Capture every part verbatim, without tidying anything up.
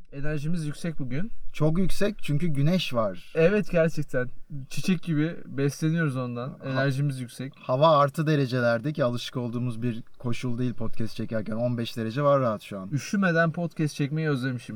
Enerjimiz yüksek bugün. Çok yüksek çünkü güneş var. Evet, gerçekten. Çiçek gibi besleniyoruz ondan. Enerjimiz ha, yüksek. Hava artı derecelerde ki alışık olduğumuz bir koşul değil podcast çekerken. on beş derece var rahat şu an. Üşümeden podcast çekmeyi özlemişim.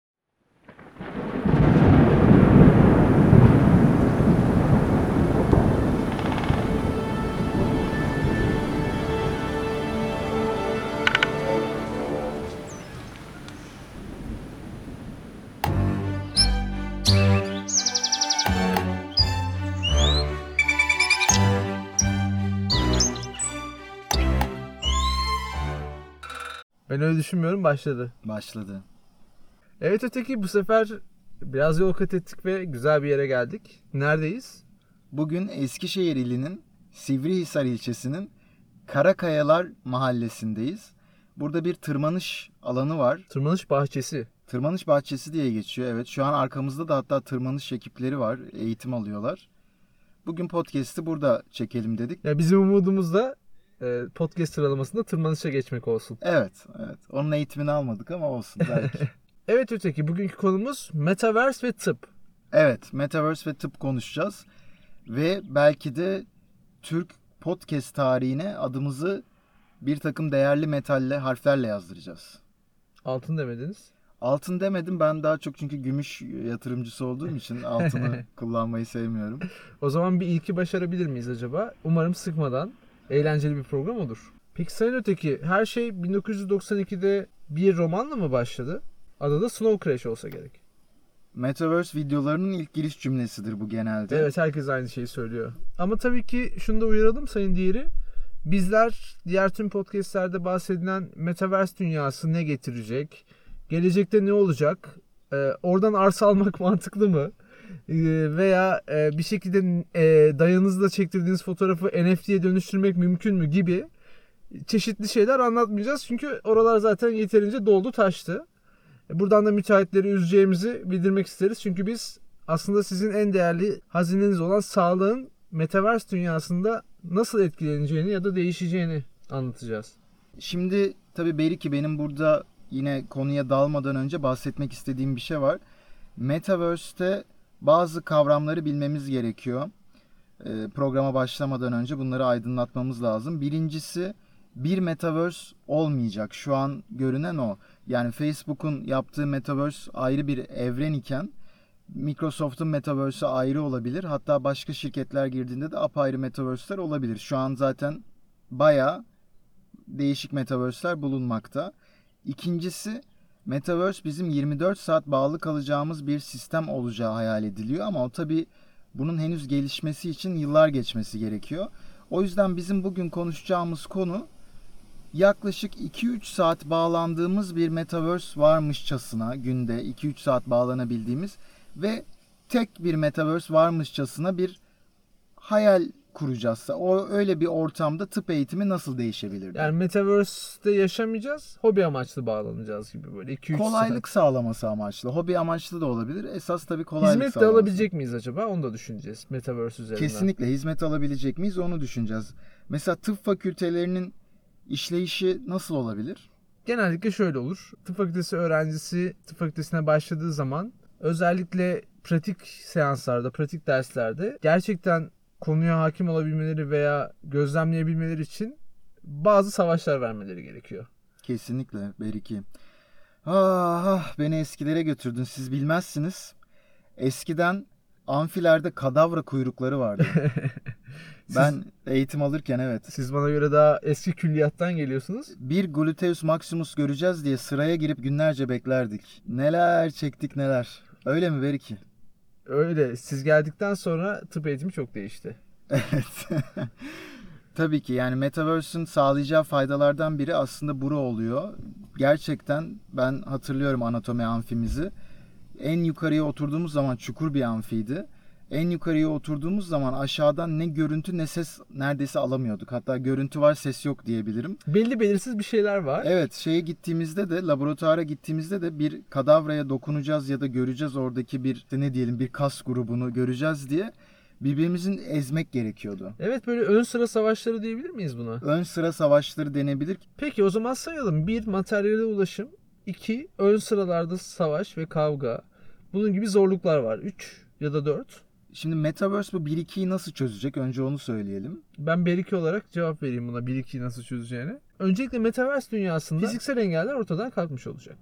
Ben öyle düşünmüyorum, başladı. Başladı. Evet öteki bu sefer biraz yol kat ettik ve güzel bir yere geldik. Neredeyiz? Bugün Eskişehir ilinin Sivrihisar ilçesinin Karakayalar mahallesindeyiz. Burada bir tırmanış alanı var. Tırmanış bahçesi. Tırmanış bahçesi diye geçiyor. Evet, şu an arkamızda da hatta tırmanış ekipleri var. Eğitim alıyorlar. Bugün podcast'i burada çekelim dedik. Ya bizim umudumuz da podcast sıralamasında tırmanışa geçmek olsun. Evet, evet. Onun eğitimini almadık ama olsun belki. Evet öteki bugünkü konumuz Metaverse ve tıp. Evet, Metaverse ve tıp konuşacağız. Ve belki de Türk podcast tarihine adımızı bir takım değerli metalle, harflerle yazdıracağız. Altın demediniz. Altın demedim, ben daha çok çünkü gümüş yatırımcısı olduğum için altını kullanmayı sevmiyorum. O zaman bir ilki başarabilir miyiz acaba? Umarım sıkmadan eğlenceli bir program olur. Peki sayın öteki, her şey bin dokuz yüz doksan ikide bir romanla mı başladı? Adı da Snow Crash olsa gerek. Metaverse videolarının ilk giriş cümlesidir bu genelde. Evet, herkes aynı şeyi söylüyor. Ama tabii ki şunu da uyaralım sayın diğeri. Bizler diğer tüm podcastlerde bahsedilen Metaverse dünyası ne getirecek? Gelecekte ne olacak? Ee, oradan arsa almak mantıklı mı? Ee, veya e, bir şekilde e, dayanızla çektirdiğiniz fotoğrafı N F T'ye dönüştürmek mümkün mü gibi çeşitli şeyler anlatmayacağız. Çünkü oralar zaten yeterince doldu taştı. Buradan da müteahhitleri üzeceğimizi bildirmek isteriz. Çünkü biz aslında sizin en değerli hazineniz olan sağlığın Metaverse dünyasında nasıl etkileneceğini ya da değişeceğini anlatacağız. Şimdi tabii Beriki, benim burada yine konuya dalmadan önce bahsetmek istediğim bir şey var. Metaverse'te bazı kavramları bilmemiz gerekiyor. Ee, programa başlamadan önce bunları aydınlatmamız lazım. Birincisi, bir Metaverse olmayacak. Şu an görünen o. Yani Facebook'un yaptığı Metaverse ayrı bir evren iken Microsoft'un Metaverse'ü ayrı olabilir. Hatta başka şirketler girdiğinde de apayrı Metaverse'ler olabilir. Şu an zaten bayağı değişik Metaverse'ler bulunmakta. İkincisi, Metaverse bizim yirmi dört saat bağlı kalacağımız bir sistem olacağı hayal ediliyor. Ama o tabii bunun henüz gelişmesi için yıllar geçmesi gerekiyor. O yüzden bizim bugün konuşacağımız konu yaklaşık iki üç saat bağlandığımız bir Metaverse varmışçasına, günde iki üç saat bağlanabildiğimiz ve tek bir Metaverse varmışçasına bir hayal kuracağız. O öyle bir ortamda tıp eğitimi nasıl değişebilirdi? Yani Metaverse'de yaşamayacağız, hobi amaçlı bağlanacağız gibi böyle iki üç Kolaylık saat. sağlaması amaçlı. Hobi amaçlı da olabilir. Esas tabii kolaylık Hizmet de sağlaması. alabilecek miyiz acaba? Onu da düşüneceğiz Metaverse üzerinden. Kesinlikle hizmet alabilecek miyiz onu düşüneceğiz. Mesela tıp fakültelerinin işleyişi nasıl olabilir? Genellikle şöyle olur. Tıp fakültesi öğrencisi tıp fakültesine başladığı zaman özellikle pratik seanslarda, pratik derslerde gerçekten konuya hakim olabilmeleri veya gözlemleyebilmeleri için bazı savaşlar vermeleri gerekiyor. Kesinlikle Beriki. Ah, ah beni eskilere götürdün, siz bilmezsiniz. Eskiden amfilerde kadavra kuyrukları vardı. Siz, ben eğitim alırken evet. Siz bana göre daha eski külliyattan geliyorsunuz. Bir gluteus maximus göreceğiz diye sıraya girip günlerce beklerdik. Neler çektik neler. Öyle mi Beriki? Öyle. Siz geldikten sonra tıp eğitimi çok değişti. Evet. Tabii ki yani Metaverse'ün sağlayacağı faydalardan biri aslında bura oluyor. Gerçekten ben hatırlıyorum anatomi amfimizi. En yukarıya oturduğumuz zaman çukur bir amfiydi. En yukarıya oturduğumuz zaman aşağıdan ne görüntü ne ses neredeyse alamıyorduk. Hatta görüntü var, ses yok diyebilirim. Belli belirsiz bir şeyler var. Evet, şeye gittiğimizde de, laboratuvara gittiğimizde de bir kadavraya dokunacağız ya da göreceğiz oradaki bir ne diyelim bir kas grubunu göreceğiz diye birbirimizin ezmek gerekiyordu. Evet, böyle ön sıra savaşları diyebilir miyiz buna? Ön sıra savaşları denebilir. Peki o zaman sayalım. Bir, materyale ulaşım. iki. Ön sıralarda savaş ve kavga. Bunun gibi zorluklar var. üç ya da dört. Şimdi Metaverse bu bir ikiyi nasıl çözecek? Önce onu söyleyelim. Ben bir iki olarak cevap vereyim buna bir ikiyi nasıl çözeceğini. Öncelikle Metaverse dünyasında fiziksel engeller ortadan kalkmış olacak.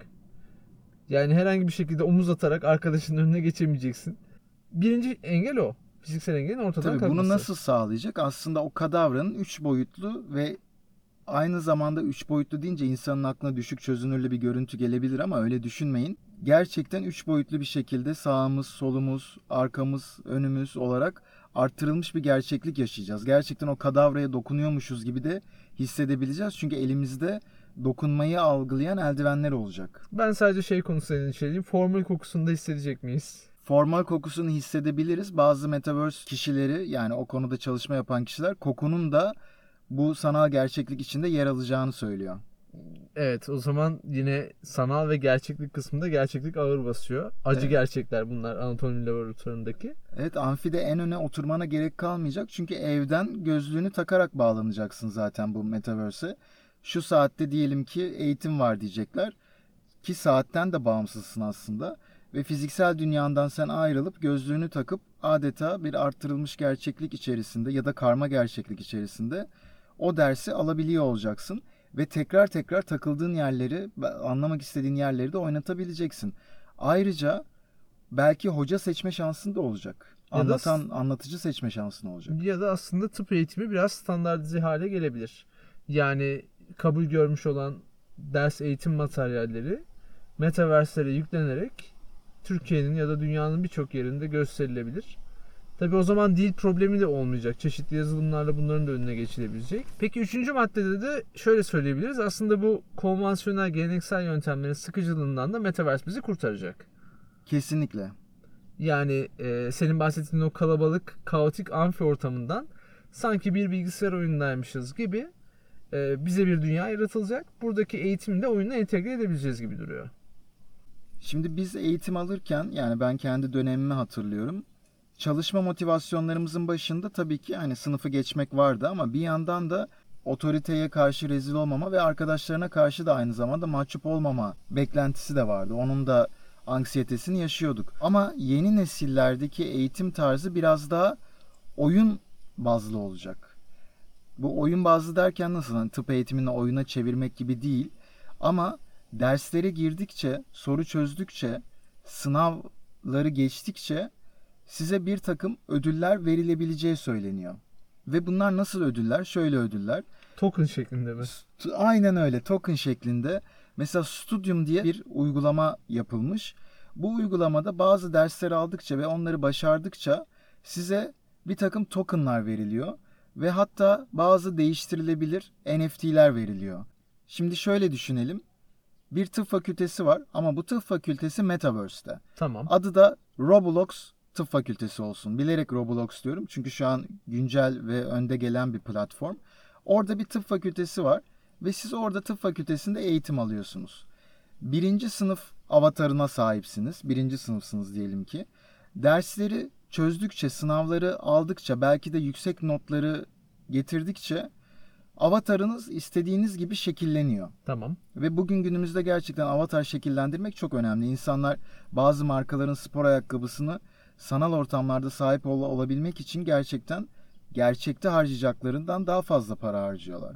Yani herhangi bir şekilde omuz atarak arkadaşının önüne geçemeyeceksin. Birinci engel o. Fiziksel engelin ortadan Tabii kalkması. bunu nasıl sağlayacak? Aslında o kadavranın üç boyutlu ve aynı zamanda üç boyutlu deyince insanın aklına düşük çözünürlü bir görüntü gelebilir ama öyle düşünmeyin. Gerçekten üç boyutlu bir şekilde sağımız, solumuz, arkamız, önümüz olarak arttırılmış bir gerçeklik yaşayacağız. Gerçekten o kadavraya dokunuyormuşuz gibi de hissedebileceğiz. Çünkü elimizde dokunmayı algılayan eldivenler olacak. Ben sadece şey konusunda endişeliyim. Formül kokusunu da hissedecek miyiz? Formal kokusunu hissedebiliriz. Bazı Metaverse kişileri, yani o konuda çalışma yapan kişiler, kokunun da bu sanal gerçeklik içinde yer alacağını söylüyor. Evet, o zaman yine sanal ve gerçeklik kısmında gerçeklik ağır basıyor. Acı Evet. gerçekler bunlar anatomi laboratuvarındaki. Evet, amfide en öne oturmana gerek kalmayacak. Çünkü evden gözlüğünü takarak bağlanacaksın zaten bu Metaverse'e. Şu saatte diyelim ki eğitim var diyecekler. Ki saatten de bağımsızsın aslında. Ve fiziksel dünyandan sen ayrılıp gözlüğünü takıp adeta bir arttırılmış gerçeklik içerisinde ya da karma gerçeklik içerisinde o dersi alabiliyor olacaksın. Ve tekrar tekrar takıldığın yerleri, anlamak istediğin yerleri de oynatabileceksin. Ayrıca belki hoca seçme şansın da olacak. Ya da Anlatan, anlatıcı seçme şansın olacak. Ya da aslında tıp eğitimi biraz standartize hale gelebilir. Yani kabul görmüş olan ders eğitim materyalleri metaverse'lere yüklenerek Türkiye'nin ya da dünyanın birçok yerinde gösterilebilir. Tabi o zaman dil problemi de olmayacak. Çeşitli yazılımlarla bunların da önüne geçilebilecek. Peki üçüncü maddede de şöyle söyleyebiliriz. Aslında bu konvansiyonel geleneksel yöntemlerin sıkıcılığından da metaverse bizi kurtaracak. Kesinlikle. Yani e, senin bahsettiğin o kalabalık, kaotik amfi ortamından sanki bir bilgisayar oyunundaymışız gibi e, bize bir dünya yaratılacak. Buradaki eğitimi de oyuna entegre edebileceğiz gibi duruyor. Şimdi biz eğitim alırken, yani ben kendi dönemimi hatırlıyorum. Çalışma motivasyonlarımızın başında tabii ki hani sınıfı geçmek vardı ama bir yandan da otoriteye karşı rezil olmama ve arkadaşlarına karşı da aynı zamanda mahcup olmama beklentisi de vardı. Onun da anksiyetesini yaşıyorduk. Ama yeni nesillerdeki eğitim tarzı biraz daha oyun bazlı olacak. Bu oyun bazlı derken nasıl? Hani tıp eğitimini oyuna çevirmek gibi değil. Ama derslere girdikçe, soru çözdükçe, sınavları geçtikçe size bir takım ödüller verilebileceği söyleniyor. Ve bunlar nasıl ödüller? Şöyle ödüller. Token şeklinde mi? Aynen öyle, token şeklinde. Mesela Studium diye bir uygulama yapılmış. Bu uygulamada bazı dersleri aldıkça ve onları başardıkça size bir takım tokenlar veriliyor. Ve hatta bazı değiştirilebilir N F T'ler veriliyor. Şimdi şöyle düşünelim. Bir tıp fakültesi var ama bu tıp fakültesi Metaverse'te. Tamam. Adı da Roblox Tıp Fakültesi olsun. Bilerek Roblox diyorum çünkü şu an güncel ve önde gelen bir platform. Orada bir tıp fakültesi var ve siz orada tıp fakültesinde eğitim alıyorsunuz. Birinci sınıf avatarına sahipsiniz. Birinci sınıfsınız diyelim ki. Dersleri çözdükçe, sınavları aldıkça, belki de yüksek notları getirdikçe avatarınız istediğiniz gibi şekilleniyor. Tamam. Ve bugün günümüzde gerçekten avatar şekillendirmek çok önemli. İnsanlar bazı markaların spor ayakkabısını sanal ortamlarda sahip ol- olabilmek için gerçekten gerçekte harcayacaklarından daha fazla para harcıyorlar.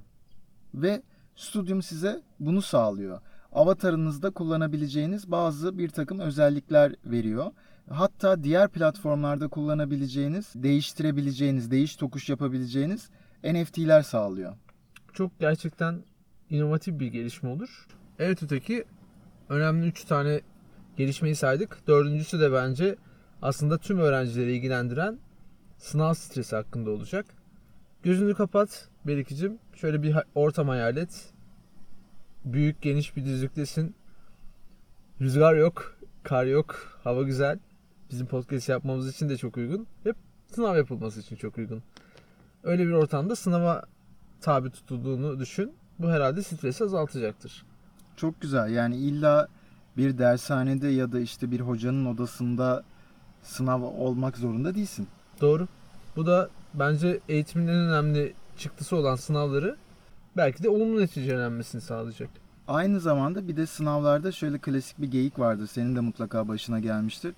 Ve Studium size bunu sağlıyor. Avatarınızda kullanabileceğiniz bazı bir takım özellikler veriyor. Hatta diğer platformlarda kullanabileceğiniz, değiştirebileceğiniz, değiş tokuş yapabileceğiniz N F T'ler sağlıyor. Çok gerçekten inovatif bir gelişme olur. Evet, öteki önemli üç tane gelişmeyi saydık. Dördüncüsü de bence aslında tüm öğrencileri ilgilendiren sınav stresi hakkında olacak. Gözünü kapat Berikicim. Şöyle bir ortam hayal et. Büyük, geniş bir düzlüktesin. Rüzgar yok, kar yok, hava güzel. Bizim podcast yapmamız için de çok uygun. Hep sınav yapılması için çok uygun. Öyle bir ortamda sınava tabi tutulduğunu düşün. Bu herhalde stresi azaltacaktır. Çok güzel. Yani illa bir dershanede ya da işte bir hocanın odasında sınav olmak zorunda değilsin. Doğru. Bu da bence eğitimin en önemli çıktısı olan sınavları belki de olumlu neticelenmesini sağlayacak. Aynı zamanda bir de sınavlarda şöyle klasik bir geyik vardır. Senin de mutlaka başına gelmiştir.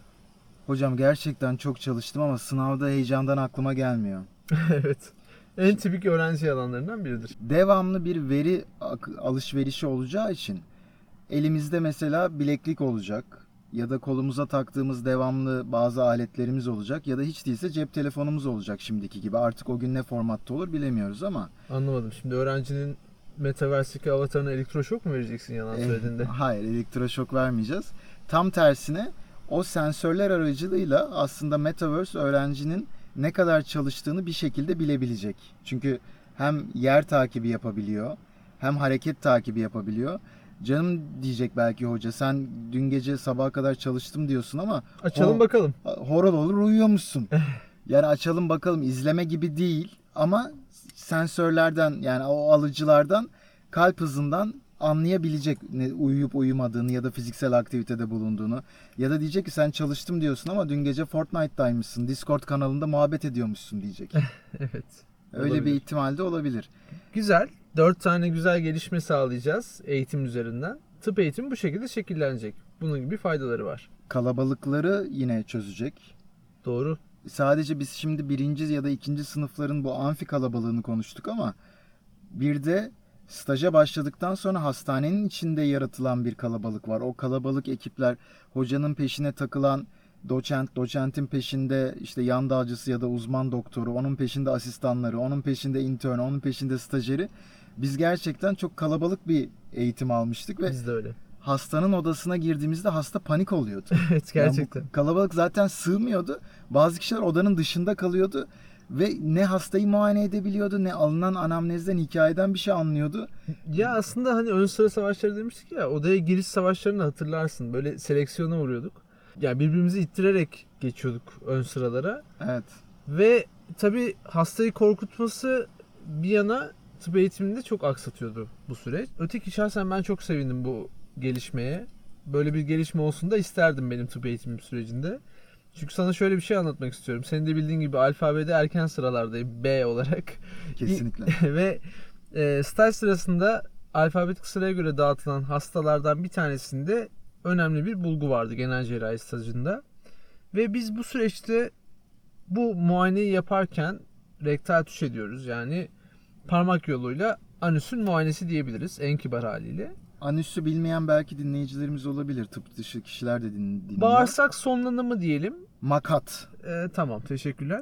Hocam gerçekten çok çalıştım ama sınavda heyecandan aklıma gelmiyor. Evet. En tipik öğrenci yalanlarından biridir. Devamlı bir veri ak- alışverişi olacağı için elimizde mesela bileklik olacak ya da kolumuza taktığımız devamlı bazı aletlerimiz olacak ya da hiç değilse cep telefonumuz olacak şimdiki gibi. Artık o gün ne formatta olur bilemiyoruz ama. Anlamadım. Şimdi öğrencinin Metaverse'deki avatarına elektroşok mu vereceksin yalan söylediğinde? Eh, hayır, elektroşok vermeyeceğiz. Tam tersine o sensörler aracılığıyla aslında Metaverse öğrencinin ne kadar çalıştığını bir şekilde bilebilecek. Çünkü hem yer takibi yapabiliyor, hem hareket takibi yapabiliyor. Canım diyecek belki hoca, sen dün gece sabaha kadar çalıştım diyorsun ama Açalım ho- bakalım. horol olur uyuyormuşsun. Yani açalım bakalım, izleme gibi değil ama sensörlerden, yani o alıcılardan kalp hızından anlayabilecek ne, uyuyup uyumadığını ya da fiziksel aktivitede bulunduğunu, ya da diyecek ki sen çalıştım diyorsun ama dün gece Fortnite'daymışsın, Discord kanalında muhabbet ediyormuşsun diyecek. Evet. Öyle Olabilir. bir ihtimal de olabilir. Güzel. Dört tane güzel gelişme sağlayacağız eğitim üzerinden. Tıp eğitimi bu şekilde şekillenecek. Bunun gibi faydaları var. Kalabalıkları yine çözecek. Doğru. Sadece biz şimdi birinci ya da ikinci sınıfların bu amfi kalabalığını konuştuk ama bir de staja başladıktan sonra hastanenin içinde yaratılan bir kalabalık var. O kalabalık ekipler, hocanın peşine takılan doçent, doçentin peşinde işte yan dalcısı ya da uzman doktoru, onun peşinde asistanları, onun peşinde intern, onun peşinde stajyeri. Biz gerçekten çok kalabalık bir eğitim almıştık ve Biz de öyle. hastanın odasına girdiğimizde hasta panik oluyordu. Evet, gerçekten. Yani bu kalabalık zaten sığmıyordu. Bazı kişiler odanın dışında kalıyordu ve ne hastayı muayene edebiliyordu, ne alınan anamnezden, hikayeden bir şey anlıyordu. Ya aslında hani ön sıra savaşları demiştik ya, odaya giriş savaşlarını hatırlarsın. Böyle seleksiyona uğruyorduk. Yani birbirimizi ittirerek geçiyorduk ön sıralara. Evet. Ve tabii hastayı korkutması bir yana tıp eğitiminde çok aksatıyordu bu süreç. Öteki şahsen ben çok sevindim bu gelişmeye. Böyle bir gelişme olsun da isterdim benim tıp eğitimim sürecinde. Çünkü sana şöyle bir şey anlatmak istiyorum. Senin de bildiğin gibi alfabede erken sıralardayım B olarak. Kesinlikle. Ve e, staj sırasında alfabetik sıraya göre dağıtılan hastalardan bir tanesinde önemli bir bulgu vardı genel cerrahi stajında. Ve biz bu süreçte bu muayeneyi yaparken rektal tuşe diyoruz. Yani parmak yoluyla anüsün muayenesi diyebiliriz en kibar haliyle. Anüsü bilmeyen belki dinleyicilerimiz olabilir. Tıp dışı kişiler de din- dinliyor. Bağırsak sonlanımı diyelim. Makat. Ee, tamam, teşekkürler.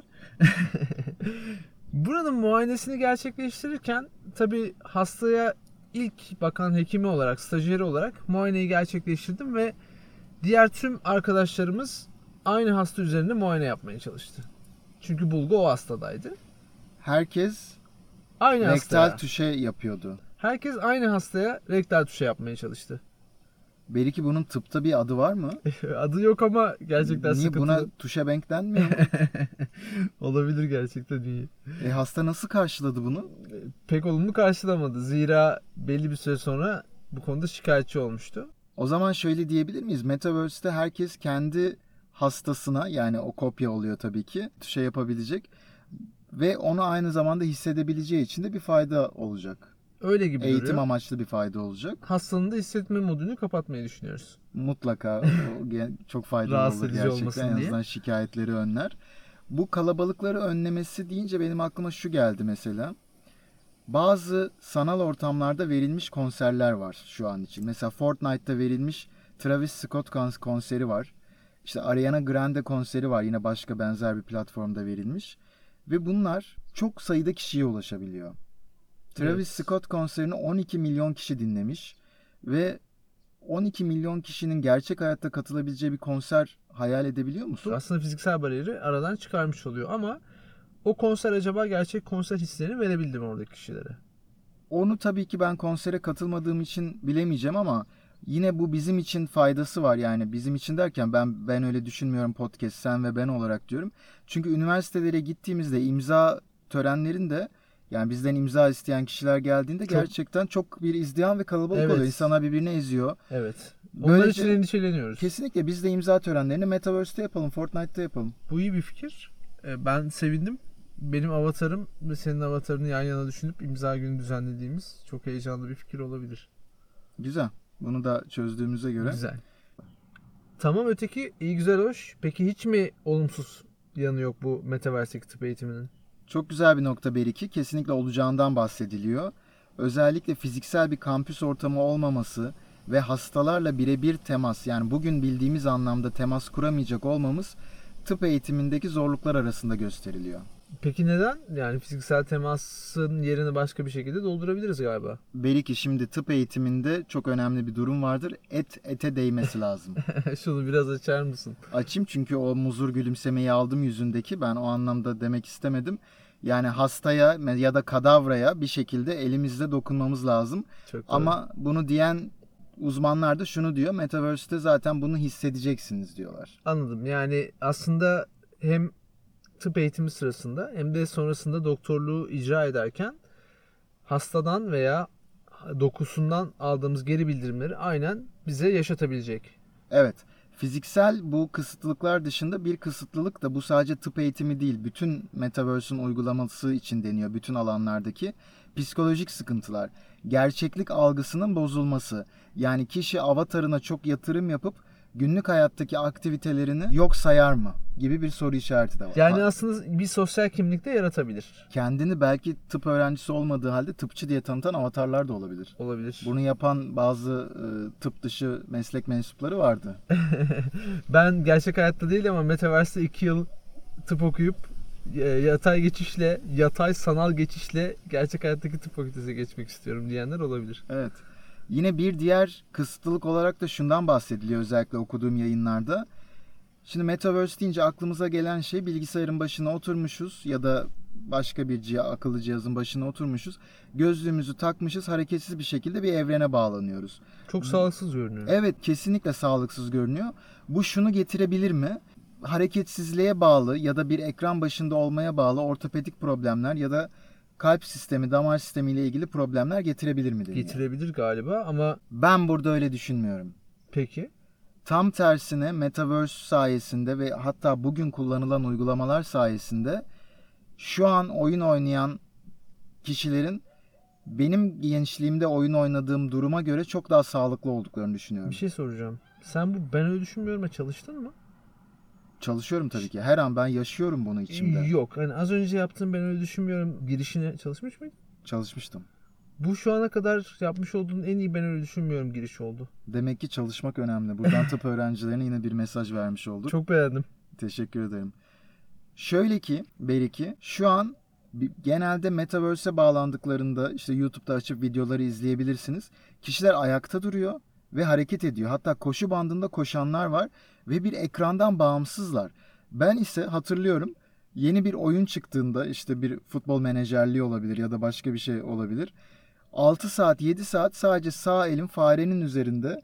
Buranın muayenesini gerçekleştirirken tabii hastaya ilk bakan hekimi olarak, stajyeri olarak muayeneyi gerçekleştirdim ve diğer tüm arkadaşlarımız aynı hasta üzerinde muayene yapmaya çalıştı. Çünkü bulgu o hastadaydı. Herkes Aynı rektal hastaya. tuşe yapıyordu. Herkes aynı hastaya rektal tuşe yapmaya çalıştı. Belki bunun tıpta bir adı var mı? Adı yok ama gerçekten Niye sıkıntılı. buna tuşe bank denmiyor mu? Olabilir, gerçekten iyi. E, hasta nasıl karşıladı bunu? Pek olumlu karşılamadı. Zira belli bir süre sonra bu konuda şikayetçi olmuştu. O zaman şöyle diyebilir miyiz? Metaverse'te herkes kendi hastasına, yani o kopya oluyor tabii ki, tuşa yapabilecek ve onu aynı zamanda hissedebileceği için de bir fayda olacak. Öyle gibi Eğitim duruyor. amaçlı bir fayda olacak. Hastanın da hissetme modunu kapatmayı düşünüyoruz. Mutlaka o gen- çok faydalı Rahatsız olur edici gerçekten. olmasın En diye. azından şikayetleri önler. Bu kalabalıkları önlemesi deyince benim aklıma şu geldi mesela. Bazı sanal ortamlarda verilmiş konserler var şu an için. Mesela Fortnite'ta verilmiş Travis Scott kons- konseri var. İşte Ariana Grande konseri var. Yine başka benzer bir platformda verilmiş. Ve bunlar çok sayıda kişiye ulaşabiliyor. Travis Evet. Scott konserini on iki milyon kişi dinlemiş. Ve on iki milyon kişinin gerçek hayatta katılabileceği bir konser hayal edebiliyor musun? Aslında fiziksel bariyeri aradan çıkarmış oluyor ama o konser acaba gerçek konser hislerini verebildi mi oradaki kişilere? Onu tabii ki ben konsere katılmadığım için bilemeyeceğim ama yine bu bizim için faydası var. Yani bizim için derken ben ben öyle düşünmüyorum, podcast sen ve ben olarak diyorum. Çünkü üniversitelere gittiğimizde imza törenlerinde, yani bizden imza isteyen kişiler geldiğinde Çok- gerçekten çok bir izdiham ve kalabalık Evet. oluyor. İnsanlar birbirini eziyor. Evet. Onlar Böylece- için endişeleniyoruz. Kesinlikle biz de imza törenlerini Metaverse'te yapalım, Fortnite'ta yapalım. Bu iyi bir fikir. Ee, Ben sevindim. Benim avatarım ve senin avatarını yan yana düşünüp imza günü düzenlediğimiz çok heyecanlı bir fikir olabilir. Güzel. Bunu da çözdüğümüze göre. Güzel. Tamam, öteki iyi güzel hoş. Peki hiç mi olumsuz yanı yok bu Metaverse'deki tıp eğitiminin? Çok güzel bir nokta Beriki. Kesinlikle olacağından bahsediliyor. Özellikle fiziksel bir kampüs ortamı olmaması ve hastalarla birebir temas, yani bugün bildiğimiz anlamda temas kuramayacak olmamız tıp eğitimindeki zorluklar arasında gösteriliyor. Peki neden? Yani fiziksel temasın yerini başka bir şekilde doldurabiliriz galiba. Beriki, şimdi tıp eğitiminde çok önemli bir durum vardır. Et ete değmesi lazım. Şunu biraz açar mısın? Açayım, çünkü o muzur gülümsemeyi aldım yüzündeki. Ben o anlamda demek istemedim. Yani hastaya ya da kadavraya bir şekilde elimizle dokunmamız lazım. Çok doğru. Ama bunu diyen uzmanlar da şunu diyor: Metaverse'te zaten bunu hissedeceksiniz diyorlar. Anladım. Yani aslında hem tıp eğitimi sırasında hem de sonrasında doktorluğu icra ederken hastadan veya dokusundan aldığımız geri bildirimleri aynen bize yaşatabilecek. Evet. Fiziksel bu kısıtlılıklar dışında bir kısıtlılık da bu sadece tıp eğitimi değil. Bütün Metaverse'ün uygulaması için deniyor. Bütün alanlardaki psikolojik sıkıntılar. Gerçeklik algısının bozulması. Yani kişi avatarına çok yatırım yapıp günlük hayattaki aktivitelerini yok sayar mı gibi bir soru işareti de var. Yani Ha- aslında bir sosyal kimlik de yaratabilir. Kendini belki tıp öğrencisi olmadığı halde tıpçı diye tanıtan avatarlar da olabilir. Olabilir. Bunu yapan bazı e, tıp dışı meslek mensupları vardı. Ben gerçek hayatta değil ama Metaverse'de iki yıl tıp okuyup e, yatay geçişle, yatay sanal geçişle gerçek hayattaki tıp fakültesine geçmek istiyorum diyenler olabilir. Evet. Yine bir diğer kısıtlılık olarak da şundan bahsediliyor özellikle okuduğum yayınlarda. Şimdi Metaverse deyince aklımıza gelen şey, bilgisayarın başına oturmuşuz ya da başka bir cihaz, akıllı cihazın başına oturmuşuz. Gözlüğümüzü takmışız, hareketsiz bir şekilde bir evrene bağlanıyoruz. Çok sağlıksız görünüyor. Evet, kesinlikle sağlıksız görünüyor. Bu şunu getirebilir mi? Hareketsizliğe bağlı ya da bir ekran başında olmaya bağlı ortopedik problemler ya da kalp sistemi, damar sistemi ile ilgili problemler getirebilir mi deniyor. Getirebilir galiba ama Ben burada öyle düşünmüyorum. peki. Tam tersine Metaverse sayesinde ve hatta bugün kullanılan uygulamalar sayesinde şu an oyun oynayan kişilerin benim gençliğimde oyun oynadığım duruma göre çok daha sağlıklı olduklarını düşünüyorum. Bir şey soracağım. Sen bu ben öyle düşünmüyorum çalıştın mı? Çalışıyorum tabii ki. Her an ben yaşıyorum bunu içimde. Yok. Hani az önce yaptığım ben öyle düşünmüyorum girişine çalışmış mıydın? Çalışmıştım. Bu şu ana kadar yapmış olduğun en iyi ben öyle düşünmüyorum giriş oldu. Demek ki çalışmak önemli. Buradan tıp öğrencilerine yine bir mesaj vermiş olduk. Çok beğendim. Teşekkür ederim. Şöyle ki Beriki, şu an genelde Metaverse'e bağlandıklarında işte YouTube'da açıp videoları izleyebilirsiniz. Kişiler ayakta duruyor ve hareket ediyor. Hatta koşu bandında koşanlar var ve bir ekrandan bağımsızlar. Ben ise hatırlıyorum, yeni bir oyun çıktığında, işte bir futbol menajerliği olabilir ya da başka bir şey olabilir. altı saat yedi saat sadece sağ elim farenin üzerinde,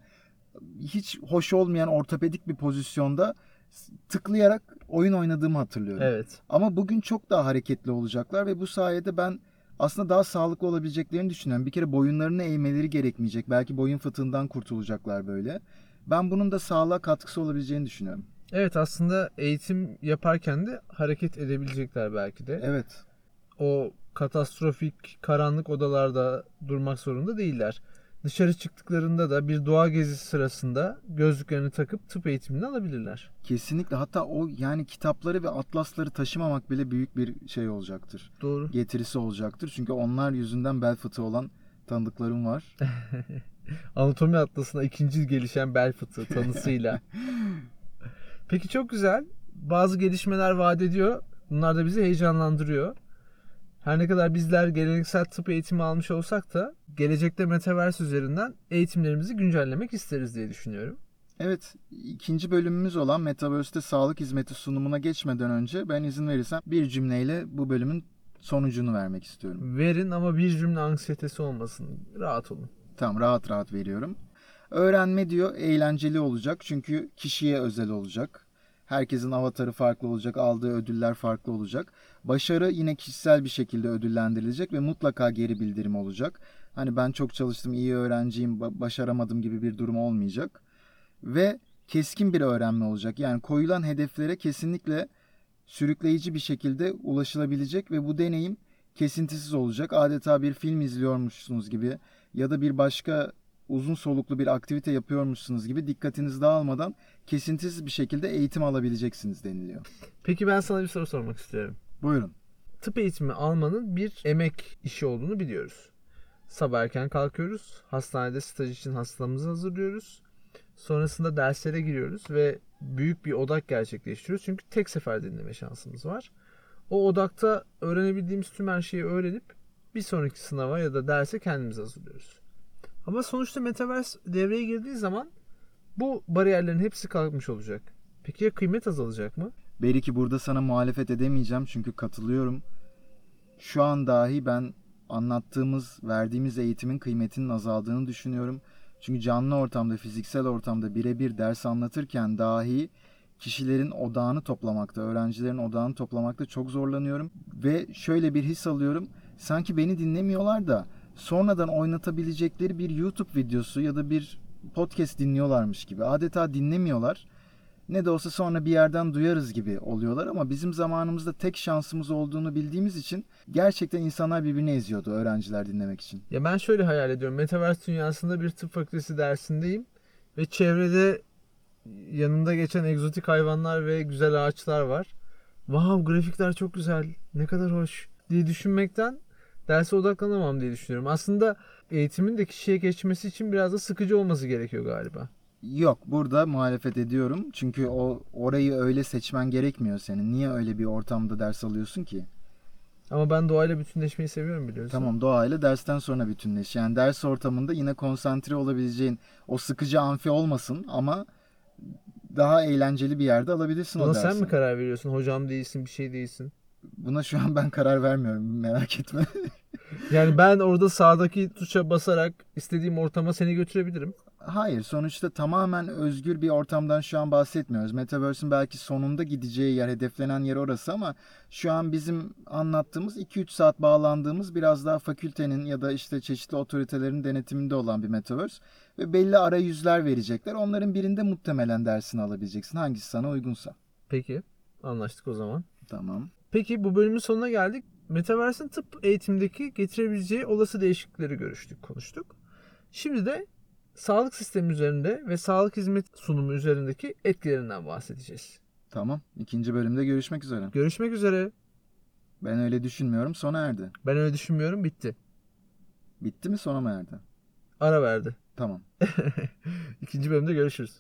hiç hoş olmayan ortopedik bir pozisyonda tıklayarak oyun oynadığımı hatırlıyorum. Evet. Ama bugün çok daha hareketli olacaklar ve bu sayede ben aslında daha sağlıklı olabileceklerini düşünüyorum. Bir kere boyunlarını eğmeleri gerekmeyecek. Belki boyun fıtığından kurtulacaklar böyle. Ben bunun da sağlığa katkısı olabileceğini düşünüyorum. Evet, aslında eğitim yaparken de hareket edebilecekler belki de. Evet. O katastrofik karanlık odalarda durmak zorunda değiller. Dışarı çıktıklarında da bir doğa gezisi sırasında gözlüklerini takıp tıp eğitimini alabilirler. Kesinlikle. Hatta o yani kitapları ve atlasları taşımamak bile büyük bir şey olacaktır. Doğru. Getirisi olacaktır. Çünkü onlar yüzünden bel fıtığı olan tanıdıklarım var. Anatomi atlasına ikinci gelişen bel fıtığı tanısıyla. Peki, çok güzel. Bazı gelişmeler vaat ediyor. Bunlar da bizi heyecanlandırıyor. Her ne kadar bizler geleneksel tıp eğitimi almış olsak da gelecekte Metaverse üzerinden eğitimlerimizi güncellemek isteriz diye düşünüyorum. Evet, ikinci bölümümüz olan Metaverse'te sağlık hizmeti sunumuna geçmeden önce ben izin verirsem bir cümleyle bu bölümün sonucunu vermek istiyorum. Verin ama bir cümle anksiyetesi olmasın. Rahat olun. Tamam, rahat rahat veriyorum. Öğrenme diyor eğlenceli olacak çünkü kişiye özel olacak. Herkesin avatarı farklı olacak, aldığı ödüller farklı olacak. Başarı yine kişisel bir şekilde ödüllendirilecek ve mutlaka geri bildirim olacak. Hani ben çok çalıştım, iyi öğrenciyim, başaramadım gibi bir durum olmayacak. Ve keskin bir öğrenme olacak. Yani koyulan hedeflere kesinlikle sürükleyici bir şekilde ulaşılabilecek ve bu deneyim kesintisiz olacak. Adeta bir film izliyormuşsunuz gibi ya da bir başka uzun soluklu bir aktivite yapıyormuşsunuz gibi dikkatiniz dağılmadan kesintisiz bir şekilde eğitim alabileceksiniz deniliyor. Peki ben sana bir soru sormak istiyorum. Buyurun. Tıp eğitimi almanın bir emek işi olduğunu biliyoruz. Sabah erken kalkıyoruz. Hastanede staj için hastamızı hazırlıyoruz. Sonrasında derslere giriyoruz ve büyük bir odak gerçekleştiriyoruz. Çünkü tek sefer dinleme şansımız var. O odakta öğrenebildiğimiz tüm her şeyi öğrenip bir sonraki sınava ya da derse kendimizi hazırlıyoruz. Ama sonuçta Metaverse devreye girdiği zaman bu bariyerlerin hepsi kalkmış olacak. Peki ya kıymet azalacak mı? Belki burada sana muhalefet edemeyeceğim çünkü katılıyorum. Şu an dahi ben anlattığımız, verdiğimiz eğitimin kıymetinin azaldığını düşünüyorum. Çünkü canlı ortamda, fiziksel ortamda birebir ders anlatırken dahi kişilerin odağını toplamakta, öğrencilerin odağını toplamakta çok zorlanıyorum. Ve şöyle bir his alıyorum. Sanki beni dinlemiyorlar da sonradan oynatabilecekleri bir YouTube videosu ya da bir podcast dinliyorlarmış gibi. Adeta dinlemiyorlar. Ne de olsa sonra bir yerden duyarız gibi oluyorlar ama bizim zamanımızda tek şansımız olduğunu bildiğimiz için gerçekten insanlar birbirini eziyordu öğrenciler dinlemek için. Ya ben şöyle hayal ediyorum. Metaverse dünyasında bir tıp fakültesi dersindeyim ve çevrede yanında geçen egzotik hayvanlar ve güzel ağaçlar var. Wow, grafikler çok güzel, ne kadar hoş diye düşünmekten derse odaklanamam diye düşünüyorum. Aslında eğitimin de kişiye geçmesi için biraz da sıkıcı olması gerekiyor galiba. Yok, burada muhalefet ediyorum. Çünkü o orayı öyle seçmen gerekmiyor senin. Niye öyle bir ortamda ders alıyorsun ki? Ama ben doğayla bütünleşmeyi seviyorum biliyorsun. Tamam, doğayla dersten sonra bütünleş. Yani ders ortamında yine konsantre olabileceğin o sıkıcı amfi olmasın ama daha eğlenceli bir yerde alabilirsin o Buna dersi. sen mi karar veriyorsun? Hocam değilsin, bir şey değilsin. Buna şu an ben karar vermiyorum, merak etme. Yani ben orada sağdaki tuşa basarak istediğim ortama seni götürebilirim. Hayır, sonuçta tamamen özgür bir ortamdan şu an bahsetmiyoruz. Metaverse'ün belki sonunda gideceği yer, hedeflenen yer orası ama şu an bizim anlattığımız iki üç saat bağlandığımız biraz daha fakültenin ya da işte çeşitli otoritelerin denetiminde olan bir Metaverse ve belli arayüzler verecekler. Onların birinde muhtemelen dersini alabileceksin. Hangisi sana uygunsa. Peki, anlaştık o zaman. Tamam. Peki bu bölümün sonuna geldik. Metaverse'in tıp eğitimdeki getirebileceği olası değişiklikleri görüştük, konuştuk. Şimdi de sağlık sistemi üzerinde ve sağlık hizmet sunumu üzerindeki etkilerinden bahsedeceğiz. Tamam. İkinci bölümde görüşmek üzere. Görüşmek üzere. Ben öyle düşünmüyorum. Sona erdi. Ben öyle düşünmüyorum, bitti. Bitti mi, sona mı erdi? Ara verdi. Tamam. İkinci bölümde görüşürüz.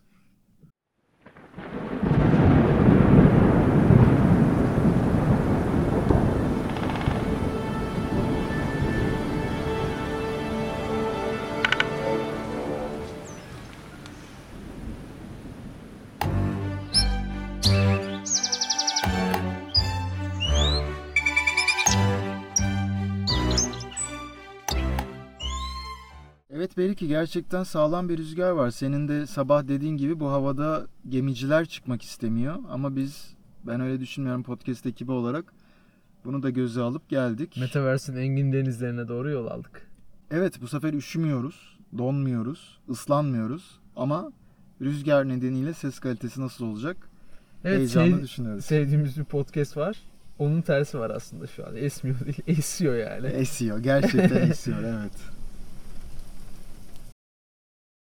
Evet, belki gerçekten sağlam bir rüzgar var. Senin de sabah dediğin gibi bu havada gemiciler çıkmak istemiyor. Ama biz, ben öyle düşünmüyorum, podcast ekibi olarak bunu da göze alıp geldik. Metaverse'in engin denizlerine doğru yol aldık. Evet, bu sefer üşümüyoruz, donmuyoruz, ıslanmıyoruz. Ama rüzgar nedeniyle ses kalitesi nasıl olacak? Evet, Heyecanla sev- düşünüyoruz. sevdiğimiz bir podcast var. Onun tersi var aslında şu an. Esmiyor değil, esiyor yani. Esiyor, gerçekten esiyor, evet.